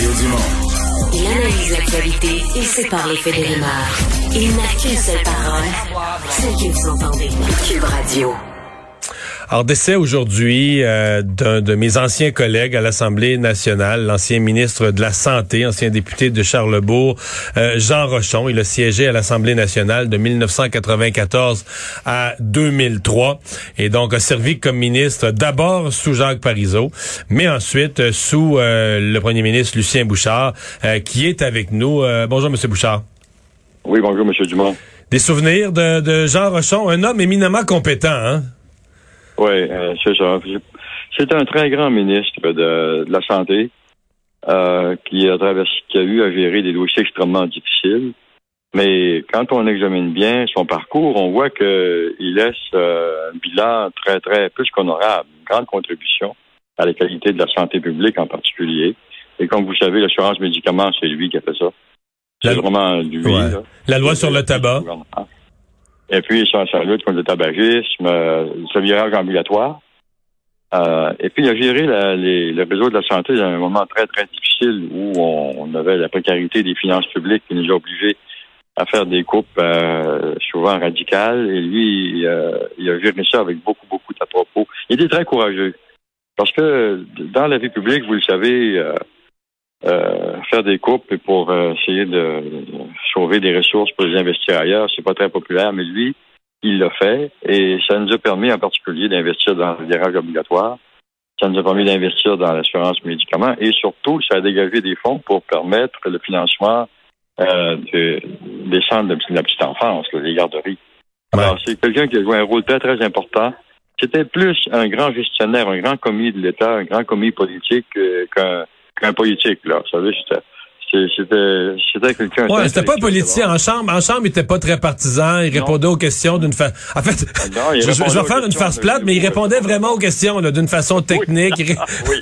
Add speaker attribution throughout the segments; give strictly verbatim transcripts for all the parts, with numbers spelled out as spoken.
Speaker 1: Dumont. Il analyse l'actualité et sépare les faits des rumeurs. Il n'a qu'une seule parole, celle que vous entendez. Cube Radio.
Speaker 2: Alors, décès aujourd'hui euh, d'un de mes anciens collègues à l'Assemblée nationale, l'ancien ministre de la Santé, ancien député de Charlesbourg, euh, Jean Rochon. Il a siégé à l'Assemblée nationale de mille neuf cent quatre-vingt-quatorze à deux mille trois et donc a servi comme ministre d'abord sous Jacques Parizeau, mais ensuite euh, sous euh, le premier ministre Lucien Bouchard, euh, qui est avec nous. Euh, bonjour, Monsieur Bouchard.
Speaker 3: Oui, bonjour, Monsieur Dumont.
Speaker 2: Des souvenirs de, de Jean Rochon, un homme éminemment compétent, hein?
Speaker 3: Oui, euh, c'est ça. C'est un très grand ministre de, de la Santé euh, qui a traversé, qui a eu à gérer des dossiers extrêmement difficiles. Mais quand on examine bien son parcours, on voit qu'il laisse euh, un bilan très, très plus qu'honorable, une grande contribution à la qualité de la santé publique en particulier. Et comme vous savez, l'assurance médicaments, c'est lui qui a fait ça. C'est la... vraiment lui.
Speaker 2: Ouais.
Speaker 3: Là.
Speaker 2: La loi sur le tabac.
Speaker 3: Et puis, sur sa lutte contre le tabagisme, euh, le virage ambulatoire. Euh, et puis, il a géré la, les, le réseau de la santé dans un moment très, très difficile où on, on avait la précarité des finances publiques qui nous a obligés à faire des coupes euh, souvent radicales. Et lui, euh, il a géré ça avec beaucoup, beaucoup d'à-propos. Il était très courageux. Parce que dans la vie publique, vous le savez, euh, euh, faire des coupes pour euh, essayer de, de sauver des ressources pour les investir ailleurs, c'est pas très populaire, mais lui, il l'a fait et ça nous a permis en particulier d'investir dans le virage obligatoire. Ça nous a permis d'investir dans l'assurance médicaments et surtout, ça a dégagé des fonds pour permettre le financement euh, de, des centres de, de la petite enfance, là, les garderies. Ouais. Alors, c'est quelqu'un qui a joué un rôle très, très important. C'était plus un grand gestionnaire, un grand commis de l'État, un grand commis politique euh, qu'un qu'un politique, là. Vous savez, c'était, c'était, c'était quelqu'un...
Speaker 2: Ouais, c'était pas un politicien. En chambre, en chambre, il était pas très partisan. Il répondait non. aux questions d'une façon... En fait, non, je, je vais faire une farce plate, mais il répondait vraiment aux questions, là, d'une façon technique. Oui.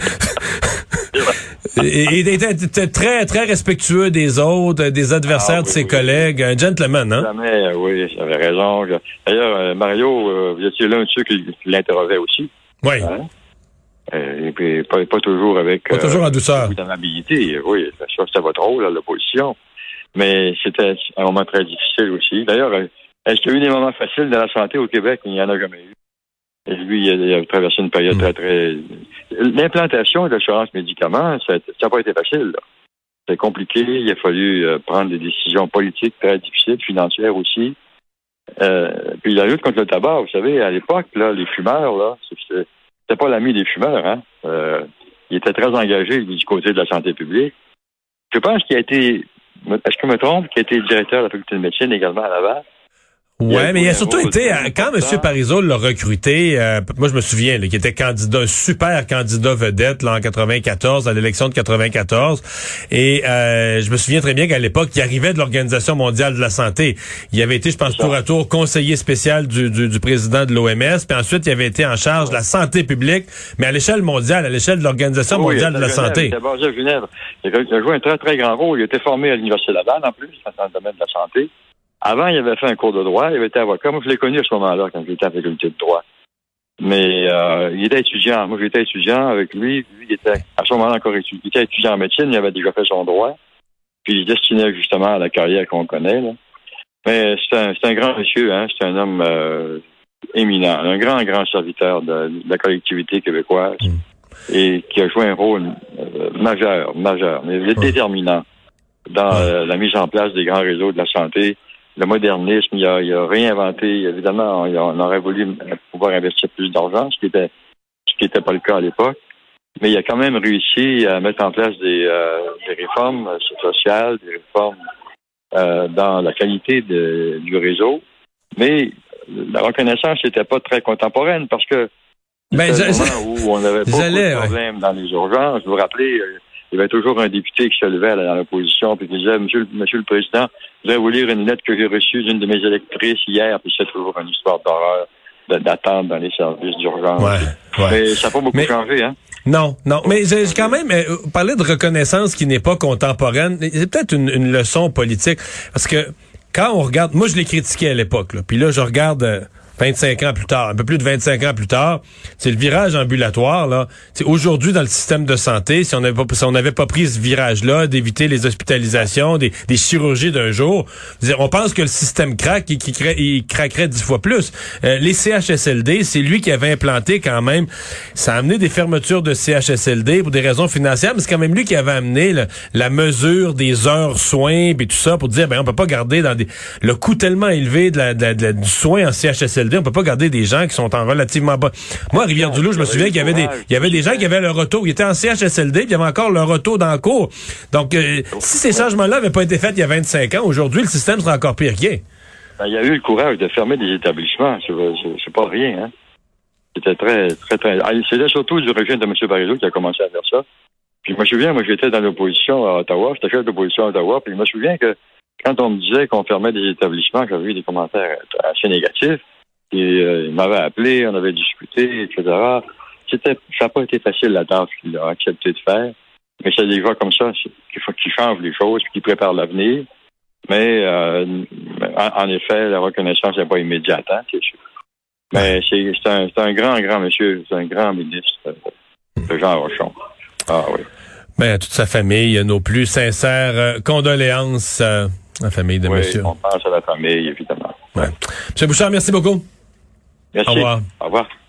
Speaker 2: oui. Et il était très, très respectueux des autres, des adversaires ah, oui, de ses oui, collègues. Un gentleman, hein?
Speaker 3: Jamais, oui, j'avais raison. D'ailleurs, Mario, vous étiez l'un de ceux qui l'interrogeait aussi.
Speaker 2: Oui.
Speaker 3: Hein? Euh, et puis, pas, pas toujours avec...
Speaker 2: Pas euh, toujours en douceur.
Speaker 3: Beaucoup d'amabilité. Oui, ça, c'était votre rôle, là, l'opposition. Mais c'était un moment très difficile aussi. D'ailleurs, est-ce qu'il y a eu des moments faciles dans la santé au Québec? Il n'y en a jamais eu. Et lui, il a, il a traversé une période mmh. très, très... L'implantation de l'assurance médicaments, ça n'a pas été facile, là. C'est compliqué. Il a fallu euh, prendre des décisions politiques très difficiles, financières aussi. Euh, puis la lutte contre le tabac, vous savez, à l'époque, là, les fumeurs, là, c'est... C'était pas l'ami des fumeurs, hein. Euh, il était très engagé du côté de la santé publique. Je pense qu'il a été, est-ce que je me trompe, qu'il a été directeur de la faculté de médecine également à Laval?
Speaker 2: Ouais, mais il a surtout été, quand M. Parizeau l'a recruté, euh, moi je me souviens, là, qu'il était candidat, un super candidat vedette là, en quatre-vingt-quatorze, à l'élection de quatre-vingt-quatorze, et euh, je me souviens très bien qu'à l'époque, il arrivait de l'Organisation mondiale de la santé. Il avait été, je pense, tour à tour conseiller spécial du, du, du président de l'O M S, puis ensuite il avait été en charge de la santé publique, mais à l'échelle mondiale, à l'échelle de l'Organisation oui, mondiale de la Genève, santé.
Speaker 3: Il était basé à Genève. Il a joué un très, très grand rôle. Il a été formé à l'Université Laval, en plus, dans le domaine de la santé. Avant, il avait fait un cours de droit, il avait été avocat. Moi, je l'ai connu à ce moment-là, quand j'étais à la faculté de droit. Mais euh, il était étudiant. Moi, j'étais étudiant avec lui. Lui, il était à ce moment-là encore étudiant. Il était étudiant en médecine, il avait déjà fait son droit. Puis il se destinait justement à la carrière qu'on connaît, là. Mais c'est un, c'est un grand monsieur, hein. C'est un homme euh, éminent, un grand, grand serviteur de, de la collectivité québécoise mmh. et qui a joué un rôle euh, majeur, majeur, mais mmh. déterminant dans euh, la mise en place des grands réseaux de la santé. Le modernisme, il a, il a réinventé, évidemment, il a, on aurait voulu pouvoir investir plus d'argent, ce qui était ce qui n'était pas le cas à l'époque. Mais il a quand même réussi à mettre en place des, euh, des réformes sociales, des réformes euh, dans la qualité de, du réseau. Mais la reconnaissance n'était pas très contemporaine parce que
Speaker 2: ben,
Speaker 3: c'était un moment où on avait beaucoup de problèmes ouais. dans les urgences. Vous vous rappelez, il y avait toujours un député qui se levait dans l'opposition et qui disait, Monsieur, Monsieur le Président, je vais vous lire une lettre que j'ai reçue d'une de mes électrices hier, puis c'est toujours une histoire d'horreur d'attente dans les services d'urgence.
Speaker 2: Ouais, ouais.
Speaker 3: Mais ça n'a pas beaucoup mais, changé, hein?
Speaker 2: Non, non. Mais j'ai quand même euh, parlé de reconnaissance qui n'est pas contemporaine. C'est peut-être une, une leçon politique. Parce que quand on regarde, moi je l'ai critiqué à l'époque, là, puis là je regarde euh, vingt-cinq ans plus tard, un peu plus de vingt-cinq ans plus tard, c'est le virage ambulatoire, là. C'est aujourd'hui dans le système de santé, si on n'avait pas, si on n'avait pas pris ce virage-là, d'éviter les hospitalisations, des, des chirurgies d'un jour, on pense que le système craque et qu'il il craquerait dix fois plus. Euh, les C H S L D, c'est lui qui avait implanté quand même, ça a amené des fermetures de C H S L D pour des raisons financières, mais c'est quand même lui qui avait amené le, la mesure des heures soins et tout ça pour dire, ben on peut pas garder dans des le coût tellement élevé de la, de la, de la, du soin en C H S L D, on peut pas garder des gens qui sont en relativement bas. Moi, à Rivière-du-Loup, je me souviens qu'il y avait des, il y avait des gens qui avaient leur auto, ils étaient en C H S L D, puis il y avait encore leur auto dans le cours. Donc, euh, si ces changements-là n'avaient pas été faits il y a vingt-cinq ans, aujourd'hui, le système serait encore pire qu'hier.
Speaker 3: Ben, il y a eu le courage de fermer des établissements, c'est, c'est, c'est pas rien, hein. C'était très, très, très, ah, c'était surtout du régime de M. Parizeau qui a commencé à faire ça. Puis je me souviens, moi, j'étais dans l'opposition à Ottawa, j'étais chef d'opposition à Ottawa, puis je me souviens que quand on me disait qu'on fermait des établissements, j'avais eu des commentaires assez négatifs. Et euh, il m'avait appelé, on avait discuté, et cetera. C'était, ça n'a pas été facile la tâche qu'il a accepté de faire. Mais c'est des gens comme ça qu'il faut qu'ils changent les choses, qu'ils préparent l'avenir. Mais euh, en, en effet, la reconnaissance n'est pas immédiate, hein, c'est sûr. Mais c'est, c'est, un, c'est un grand, grand monsieur, c'est un grand ministre, euh, Jean Rochon. Ah oui.
Speaker 2: Ben, à toute sa famille, nos plus sincères euh, condoléances euh, à la famille de
Speaker 3: oui,
Speaker 2: monsieur.
Speaker 3: On pense à la famille, évidemment.
Speaker 2: Ouais. Monsieur Bouchard, merci beaucoup.
Speaker 3: Merci.
Speaker 2: Au revoir.
Speaker 3: Au revoir.